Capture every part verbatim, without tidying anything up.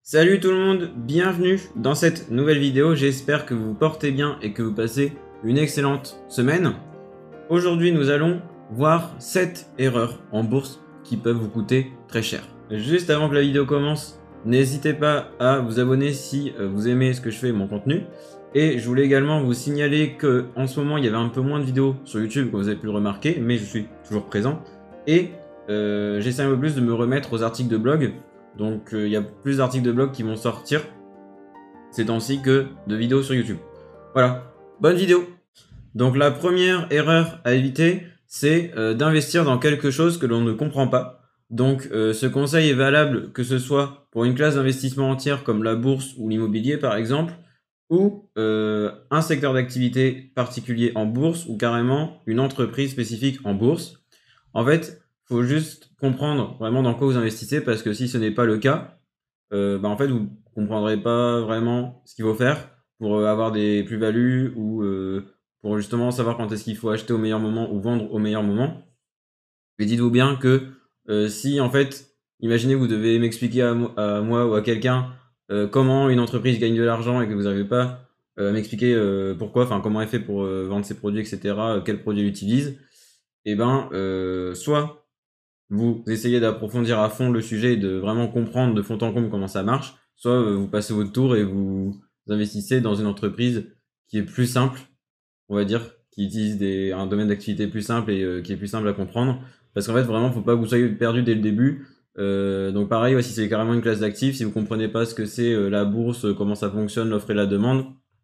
Salut tout le monde, bienvenue dans cette nouvelle vidéo, j'espère que vous vous portez bien et que vous passez une excellente semaine. Aujourd'hui nous allons voir sept erreurs en bourse qui peuvent vous coûter très cher. Juste avant que la vidéo commence, n'hésitez pas à vous abonner si vous aimez ce que je fais, mon contenu. Et je voulais également vous signaler que en ce moment il y avait un peu moins de vidéos sur YouTube, comme vous avez pu le remarquer, mais je suis toujours présent. Et euh, j'essaie un peu plus de me remettre aux articles de blog. Donc il euh, y a plus d'articles de blog qui vont sortir ces temps-ci que de vidéos sur YouTube. Voilà, bonne vidéo. Donc la première erreur à éviter, c'est euh, d'investir dans quelque chose que l'on ne comprend pas. Donc euh, ce conseil est valable que ce soit pour une classe d'investissement entière comme la bourse ou l'immobilier par exemple, ou euh, un secteur d'activité particulier en bourse, ou carrément une entreprise spécifique en bourse. En fait, il faut juste comprendre vraiment dans quoi vous investissez, parce que si ce n'est pas le cas, euh, bah en fait, vous ne comprendrez pas vraiment ce qu'il faut faire pour avoir des plus-values ou euh, pour justement savoir quand est-ce qu'il faut acheter au meilleur moment ou vendre au meilleur moment. Mais dites-vous bien que euh, si, en fait, imaginez vous devez m'expliquer à, mo à moi ou à quelqu'un euh, comment une entreprise gagne de l'argent et que vous n'arrivez pas euh, à m'expliquer euh, pourquoi, enfin comment elle fait pour euh, vendre ses produits, et cetera, euh, quels produits elle utilise, et ben euh, soit vous essayez d'approfondir à fond le sujet et de vraiment comprendre de fond en comble comment ça marche, soit euh, vous passez votre tour et vous investissez dans une entreprise qui est plus simple, on va dire, qui utilise des, un domaine d'activité plus simple et euh, qui est plus simple à comprendre. Parce qu'en fait, vraiment, faut pas que vous soyez perdu dès le début. Euh, donc pareil, ouais, si c'est carrément une classe d'actifs, si vous comprenez pas ce que c'est euh, la bourse, euh, comment ça fonctionne, l'offre et la demande,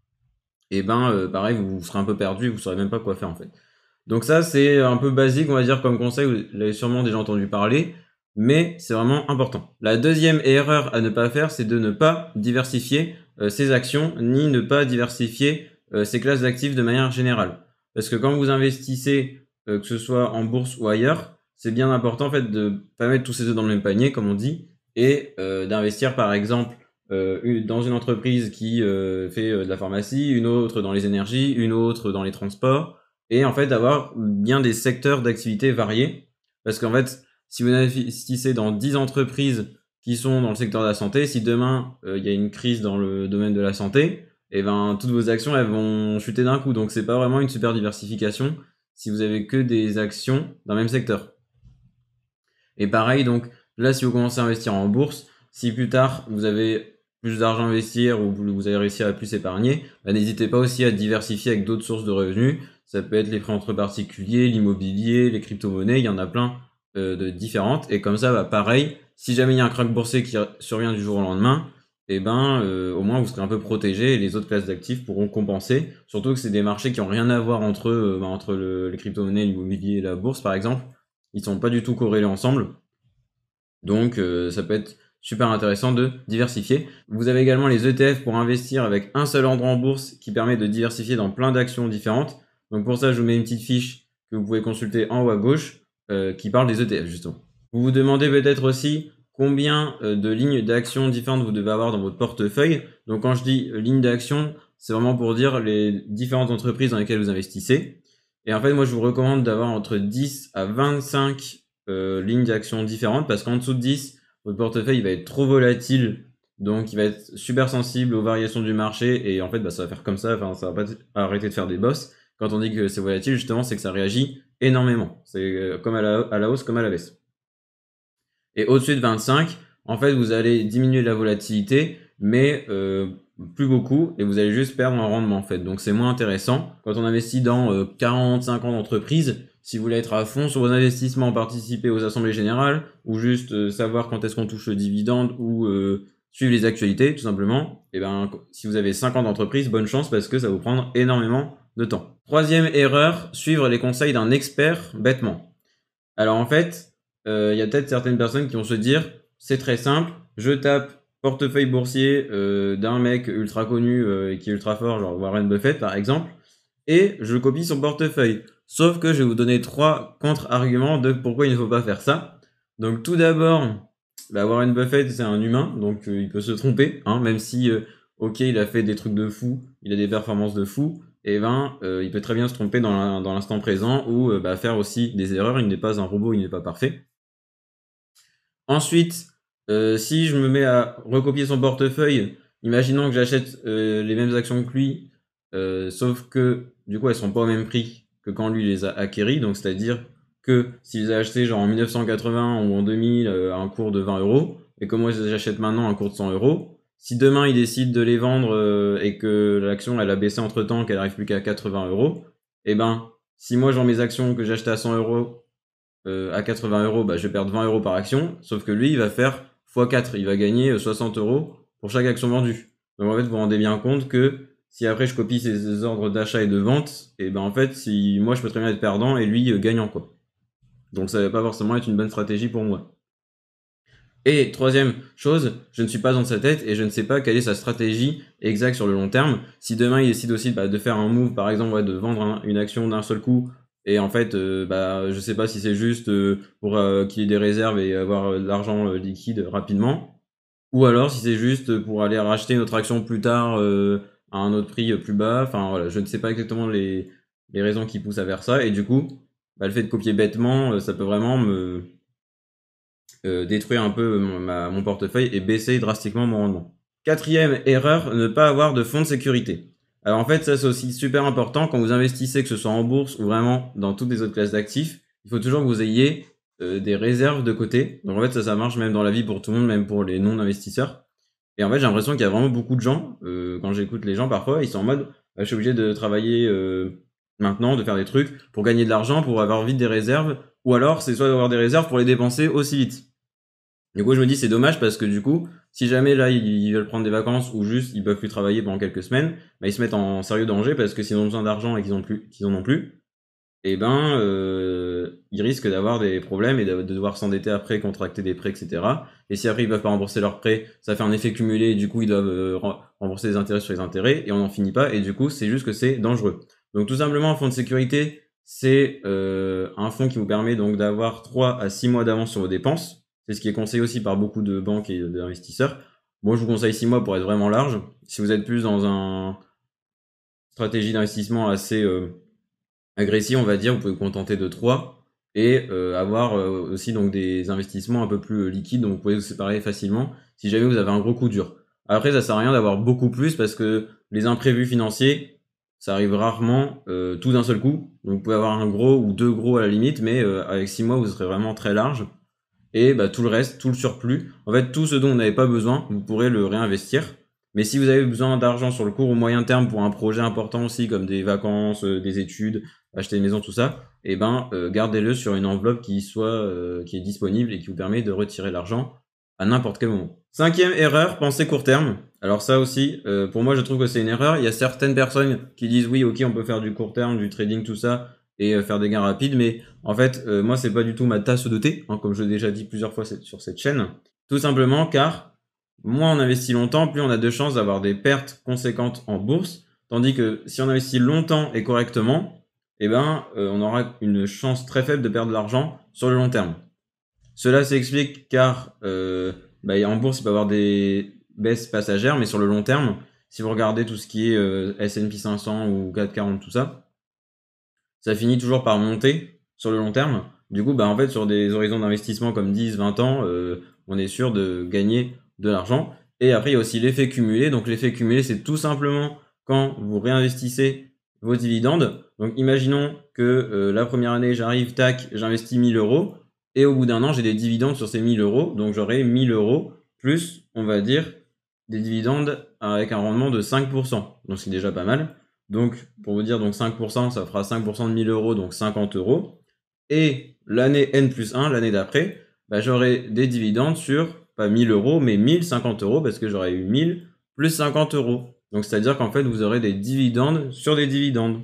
et ben euh, pareil, vous, vous serez un peu perdu, vous saurez même pas quoi faire en fait. Donc ça, c'est un peu basique, on va dire, comme conseil, vous l'avez sûrement déjà entendu parler, mais c'est vraiment important. La deuxième erreur à ne pas faire, c'est de ne pas diversifier euh, ses actions, ni ne pas diversifier euh, ses classes d'actifs de manière générale. Parce que quand vous investissez, euh, que ce soit en bourse ou ailleurs, c'est bien important en fait de pas mettre tous ses œufs dans le même panier, comme on dit, et euh, d'investir par exemple euh, dans une entreprise qui euh, fait euh, de la pharmacie, une autre dans les énergies, une autre dans les transports, et en fait d'avoir bien des secteurs d'activité variés. Parce qu'en fait, si vous investissez dans dix entreprises qui sont dans le secteur de la santé, si demain il euh, y a une crise dans le domaine de la santé, et ben toutes vos actions elles vont chuter d'un coup. Donc c'est pas vraiment une super diversification si vous avez que des actions dans le même secteur. Et pareil, donc là, si vous commencez à investir en bourse, si plus tard vous avez plus d'argent à investir ou vous avez réussi à plus épargner, bah, n'hésitez pas aussi à diversifier avec d'autres sources de revenus. Ça peut être les prêts entre particuliers, l'immobilier, les crypto-monnaies, il y en a plein euh, de différentes. Et comme ça, bah, pareil, si jamais il y a un crack boursier qui survient du jour au lendemain, et eh ben euh, au moins vous serez un peu protégé et les autres classes d'actifs pourront compenser. Surtout que c'est des marchés qui ont rien à voir entre eux, euh, bah, entre le, les crypto-monnaies, l'immobilier et la bourse par exemple. Ils sont pas du tout corrélés ensemble. Donc euh, ça peut être super intéressant de diversifier. Vous avez également les E T F pour investir avec un seul endroit en bourse qui permet de diversifier dans plein d'actions différentes. Donc pour ça, je vous mets une petite fiche que vous pouvez consulter en haut à gauche euh, qui parle des E T F justement. Vous vous demandez peut-être aussi combien euh, de lignes d'actions différentes vous devez avoir dans votre portefeuille. Donc quand je dis euh, lignes d'action, c'est vraiment pour dire les différentes entreprises dans lesquelles vous investissez. Et en fait, moi je vous recommande d'avoir entre dix à vingt-cinq euh, lignes d'action différentes, parce qu'en dessous de dix, votre portefeuille il va être trop volatile, donc il va être super sensible aux variations du marché, et en fait bah, ça va faire comme ça, enfin ça va pas arrêter de faire des bosses. Quand on dit que c'est volatile, justement, c'est que ça réagit énormément. C'est comme à la, à la hausse comme à la baisse. Et au-dessus de vingt-cinq, en fait, vous allez diminuer la volatilité, mais euh, plus beaucoup, et vous allez juste perdre en rendement, en fait. Donc c'est moins intéressant. Quand on investit dans euh, quarante, cinquante entreprises, si vous voulez être à fond sur vos investissements, participer aux assemblées générales, ou juste euh, savoir quand est-ce qu'on touche le dividende, ou euh, suivre les actualités, tout simplement, et ben si vous avez cinquante entreprises, bonne chance, parce que ça va vous prendre énormément de temps. Troisième erreur, suivre les conseils d'un expert bêtement. Alors en fait, il euh, y a peut-être certaines personnes qui vont se dire, c'est très simple, je tape portefeuille boursier euh, d'un mec ultra connu euh, qui est ultra fort, genre Warren Buffett par exemple, et je copie son portefeuille. Sauf que je vais vous donner trois contre-arguments de pourquoi il ne faut pas faire ça. Donc tout d'abord, bah, Warren Buffett c'est un humain, donc euh, il peut se tromper, hein, même si, euh, ok, il a fait des trucs de fou, il a des performances de fou, et ben euh, il peut très bien se tromper dans l'instant présent, ou euh, bah, faire aussi des erreurs, il n'est pas un robot, il n'est pas parfait. Ensuite, Euh, si je me mets à recopier son portefeuille, imaginons que j'achète euh, les mêmes actions que lui, euh, sauf que du coup elles sont pas au même prix que quand lui les a acquéries, donc c'est-à-dire que s'il les a achetés genre en mille neuf cent quatre-vingts ou en deux mille euh, à un cours de vingt euros, et que moi je les achète maintenant à un cours de cent euros, si demain il décide de les vendre euh, et que l'action elle a baissé entre temps, qu'elle arrive plus qu'à quatre-vingts euros, et ben si moi je vends mes actions que j'achetais à cent euros euh, à quatre-vingts euros, bah, je vais perdre vingt euros par action, sauf que lui, il va faire fois quatre, il va gagner euh, soixante euros pour chaque action vendue. Donc en fait, vous vous rendez bien compte que si après je copie ses ordres d'achat et de vente, et ben en fait, si moi je peux très bien être perdant et lui euh, gagnant quoi. Donc ça va pas forcément être une bonne stratégie pour moi. Et troisième chose, je ne suis pas dans sa tête et je ne sais pas quelle est sa stratégie exacte sur le long terme. Si demain il décide aussi bah, de faire un move, par exemple, ouais, de vendre un, une action d'un seul coup, et en fait, euh, bah, je sais pas si c'est juste euh, pour euh, qu'il y ait des réserves et avoir euh, de l'argent euh, liquide rapidement, ou alors si c'est juste pour aller racheter une autre action plus tard euh, à un autre prix plus bas. Enfin voilà, je ne sais pas exactement les, les raisons qui poussent à faire ça, et du coup, bah, le fait de copier bêtement, euh, ça peut vraiment me euh, détruire un peu mon, ma, mon portefeuille et baisser drastiquement mon rendement. Quatrième erreur, ne pas avoir de fonds de sécurité. Alors en fait, ça c'est aussi super important quand vous investissez, que ce soit en bourse ou vraiment dans toutes les autres classes d'actifs. Il faut toujours que vous ayez euh, des réserves de côté. Donc en fait, ça, ça marche même dans la vie pour tout le monde, même pour les non-investisseurs. Et en fait, j'ai l'impression qu'il y a vraiment beaucoup de gens, euh, quand j'écoute les gens parfois, ils sont en mode, bah, je suis obligé de travailler euh, maintenant, de faire des trucs pour gagner de l'argent, pour avoir vite des réserves, ou alors c'est soit d'avoir des réserves pour les dépenser aussi vite. Du coup, je me dis c'est dommage parce que du coup, si jamais là ils veulent prendre des vacances ou juste ils peuvent plus travailler pendant quelques semaines, bah, ils se mettent en sérieux danger parce que s'ils ont besoin d'argent et qu'ils ont plus, qu'ils en ont plus, et ben euh, ils risquent d'avoir des problèmes et de, de devoir s'endetter après, contracter des prêts, et cetera. Et si après ils peuvent pas rembourser leurs prêts, ça fait un effet cumulé et du coup ils doivent euh, rembourser les intérêts sur les intérêts et on n'en finit pas et du coup c'est juste que c'est dangereux. Donc tout simplement un fonds de sécurité, c'est euh, un fonds qui vous permet donc d'avoir trois à six mois d'avance sur vos dépenses. C'est ce qui est conseillé aussi par beaucoup de banques et d'investisseurs. Moi je vous conseille six mois pour être vraiment large. Si vous êtes plus dans un stratégie d'investissement assez euh, agressif, on va dire, vous pouvez vous contenter de trois et euh, avoir euh, aussi donc des investissements un peu plus euh, liquides, donc vous pouvez vous séparer facilement si jamais vous avez un gros coup dur. Après, ça sert à rien d'avoir beaucoup plus parce que les imprévus financiers, ça arrive rarement euh, tout d'un seul coup. Donc vous pouvez avoir un gros ou deux gros à la limite, mais euh, avec six mois, vous serez vraiment très large. Et bah, tout le reste, tout le surplus, en fait, tout ce dont vous n'avez pas besoin, vous pourrez le réinvestir. Mais si vous avez besoin d'argent sur le court ou moyen terme pour un projet important aussi, comme des vacances, euh, des études, acheter une maison, tout ça, eh ben, euh, gardez-le sur une enveloppe qui soit, euh, qui est disponible et qui vous permet de retirer l'argent à n'importe quel moment. Cinquième erreur, pensez court terme. Alors ça aussi, euh, pour moi, je trouve que c'est une erreur. Il y a certaines personnes qui disent oui, ok, on peut faire du court terme, du trading, tout ça, et euh, faire des gains rapides, mais en fait, euh, moi, c'est pas du tout ma tasse de thé, hein, comme je l'ai déjà dit plusieurs fois sur cette chaîne. Tout simplement car moins on investit longtemps, plus on a de chances d'avoir des pertes conséquentes en bourse. Tandis que si on investit longtemps et correctement, eh ben, euh, on aura une chance très faible de perdre de l'argent sur le long terme. Cela s'explique car euh, bah, en bourse, il peut y avoir des baisses passagères, mais sur le long terme, si vous regardez tout ce qui est euh, S and P cinq cents ou CAC quarante, tout ça, ça finit toujours par monter sur le long terme. Du coup, bah, en fait, sur des horizons d'investissement comme dix, vingt ans, euh, on est sûr de gagner de l'argent. Et après, il y a aussi l'effet cumulé. Donc, l'effet cumulé, c'est tout simplement quand vous réinvestissez vos dividendes. Donc, imaginons que euh, la première année, j'arrive, tac, j'investis mille euros. Et au bout d'un an, j'ai des dividendes sur ces mille euros. Donc, j'aurai mille euros plus, on va dire, des dividendes avec un rendement de cinq pour cent. Donc, c'est déjà pas mal. Donc, pour vous dire, donc cinq pour cent, ça fera cinq pour cent de mille euros, donc cinquante euros. Et l'année N plus un, l'année d'après, bah, j'aurai des dividendes sur, pas mille euros, mais mille cinquante euros, parce que j'aurai eu mille plus cinquante euros. Donc, c'est-à-dire qu'en fait, vous aurez des dividendes sur des dividendes.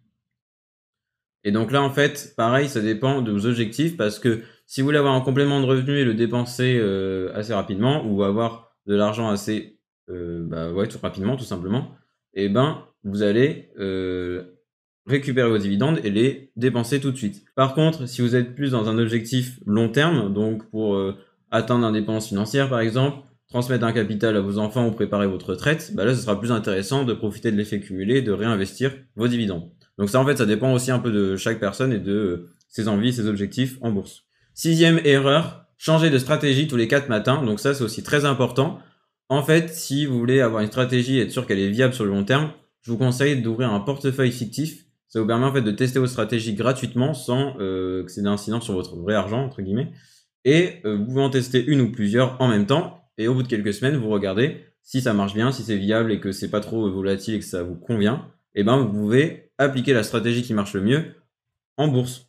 Et donc là, en fait, pareil, ça dépend de vos objectifs, parce que si vous voulez avoir un complément de revenu et le dépenser euh, assez rapidement, ou avoir de l'argent assez, euh, bah ouais, tout rapidement, tout simplement, et eh ben, vous allez euh, récupérer vos dividendes et les dépenser tout de suite. Par contre, si vous êtes plus dans un objectif long terme, donc pour euh, atteindre l'indépendance financière par exemple, transmettre un capital à vos enfants ou préparer votre retraite, bah là ce sera plus intéressant de profiter de l'effet cumulé, de réinvestir vos dividendes. Donc ça en fait ça dépend aussi un peu de chaque personne et de ses envies, ses objectifs en bourse. Sixième erreur, changer de stratégie tous les quatre matins. Donc ça, c'est aussi très important. En fait, si vous voulez avoir une stratégie et être sûr qu'elle est viable sur le long terme, je vous conseille d'ouvrir un portefeuille fictif. Ça vous permet en fait de tester vos stratégies gratuitement sans euh, que c'est d'incidence sur votre vrai argent, entre guillemets. Et euh, vous pouvez en tester une ou plusieurs en même temps. Et au bout de quelques semaines, vous regardez si ça marche bien, si c'est viable et que c'est pas trop volatile et que ça vous convient. Et ben vous pouvez appliquer la stratégie qui marche le mieux en bourse.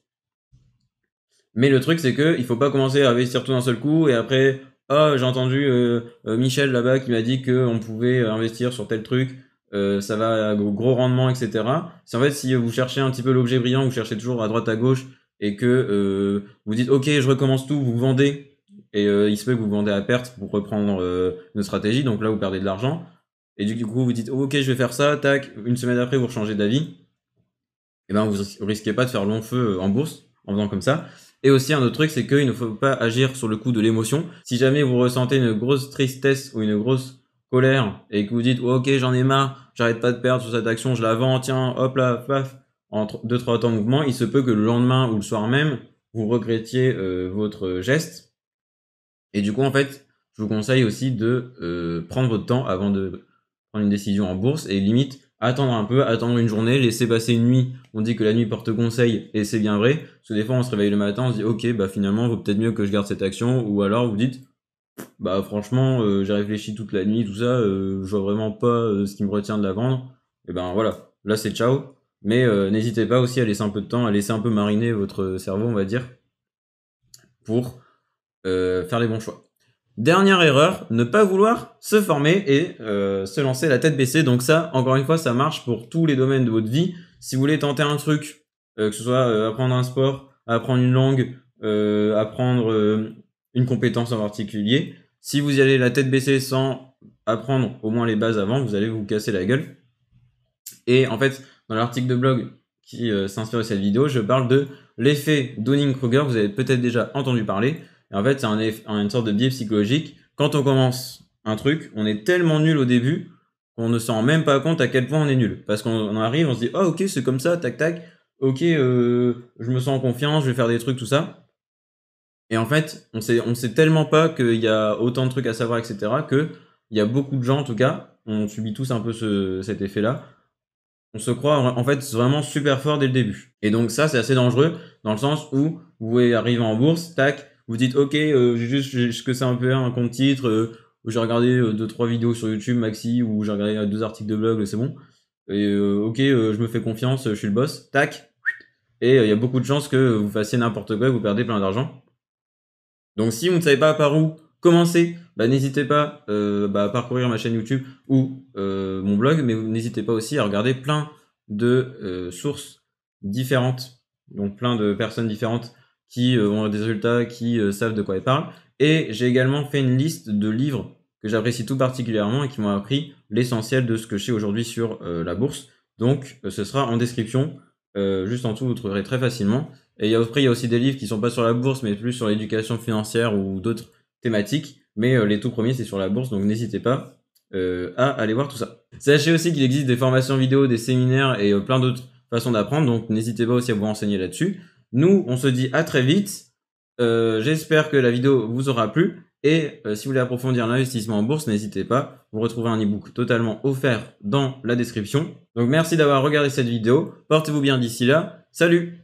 Mais le truc, c'est que il faut pas commencer à investir tout d'un seul coup et après, oh, j'ai entendu euh, euh, Michel là-bas qui m'a dit qu'on pouvait investir sur tel truc, euh, ça va à gros, gros rendement, et cetera. C'est en fait, si vous cherchez un petit peu l'objet brillant, vous cherchez toujours à droite à gauche et que euh, vous dites, ok, je recommence tout, vous vendez et euh, il se peut que vous vendez à perte pour reprendre euh, une stratégie, donc là vous perdez de l'argent. Et du coup, vous dites, oh, ok, je vais faire ça, tac, une semaine après, vous changez d'avis. Et ben, vous risquez pas de faire long feu en bourse en faisant comme ça. Et aussi, un autre truc, c'est qu'il ne faut pas agir sur le coup de l'émotion. Si jamais vous ressentez une grosse tristesse ou une grosse colère et que vous dites, oh, ok, j'en ai marre, j'arrête pas de perdre sur cette action, je la vends, tiens, hop là, paf, en deux trois temps de mouvement, il se peut que le lendemain ou le soir même, vous regrettiez euh, votre geste. Et du coup, en fait, je vous conseille aussi de euh, prendre votre temps avant de prendre une décision en bourse et limite attendre un peu, attendre une journée, laisser passer une nuit. On dit que la nuit porte conseil et c'est bien vrai. Parce que des fois, on se réveille le matin, on se dit ok, bah finalement, il vaut peut-être mieux que je garde cette action. Ou alors, vous dites bah franchement, euh, j'ai réfléchi toute la nuit, tout ça, euh, je vois vraiment pas euh, ce qui me retient de la vendre. Et ben voilà, là c'est ciao. Mais euh, n'hésitez pas aussi à laisser un peu de temps, à laisser un peu mariner votre cerveau, on va dire, pour euh, faire les bons choix. Dernière erreur, ne pas vouloir se former et euh, se lancer la tête baissée. Donc ça, encore une fois, ça marche pour tous les domaines de votre vie. Si vous voulez tenter un truc, euh, que ce soit euh, apprendre un sport, apprendre une langue, euh, apprendre euh, une compétence en particulier, si vous y allez la tête baissée sans apprendre au moins les bases avant, vous allez vous casser la gueule. Et en fait, dans l'article de blog qui euh, s'inspire de cette vidéo, je parle de l'effet Dunning-Kruger. Vous avez peut-être déjà entendu parler. Et en fait, c'est un une sorte de biais psychologique. Quand on commence un truc, on est tellement nul au début qu'on ne se rend même pas compte à quel point on est nul. Parce qu'on arrive, on se dit « Oh ok, c'est comme ça, tac tac. Ok, euh, je me sens en confiance, je vais faire des trucs, tout ça. » Et en fait, on sait, on sait tellement pas qu'il y a autant de trucs à savoir, et cetera, qu'il y a beaucoup de gens, en tout cas, on subit tous un peu ce, cet effet-là. On se croit en fait vraiment super fort dès le début. Et donc ça, c'est assez dangereux dans le sens où vous pouvez arriver en bourse, tac, vous dites ok, euh, j'ai juste jusque ça un peu un compte titre, euh, où j'ai regardé euh, deux trois vidéos sur YouTube maxi, ou j'ai regardé deux articles de blog, c'est bon. Et euh, ok, euh, je me fais confiance, je suis le boss, tac. Et il euh, y a beaucoup de chances que vous fassiez n'importe quoi et que vous perdez plein d'argent. Donc si vous ne savez pas par où commencer, bah, n'hésitez pas euh, bah, à parcourir ma chaîne YouTube ou euh, mon blog, mais n'hésitez pas aussi à regarder plein de euh, sources différentes, donc plein de personnes différentes qui euh, ont des résultats, qui euh, savent de quoi elles parlent. Et j'ai également fait une liste de livres que j'apprécie tout particulièrement et qui m'ont appris l'essentiel de ce que je sais aujourd'hui sur euh, la bourse. Donc euh, ce sera en description, euh, juste en dessous vous trouverez très facilement. Et après, il y a aussi des livres qui sont pas sur la bourse, mais plus sur l'éducation financière ou d'autres thématiques. Mais euh, les tout premiers, c'est sur la bourse, donc n'hésitez pas euh, à aller voir tout ça. Sachez aussi qu'il existe des formations vidéo, des séminaires et euh, plein d'autres façons d'apprendre, donc n'hésitez pas aussi à vous renseigner là-dessus. Nous, on se dit à très vite. Euh, J'espère que la vidéo vous aura plu. Et euh, si vous voulez approfondir l'investissement en bourse, n'hésitez pas. Vous retrouverez un ebook totalement offert dans la description. Donc merci d'avoir regardé cette vidéo. Portez-vous bien d'ici là. Salut!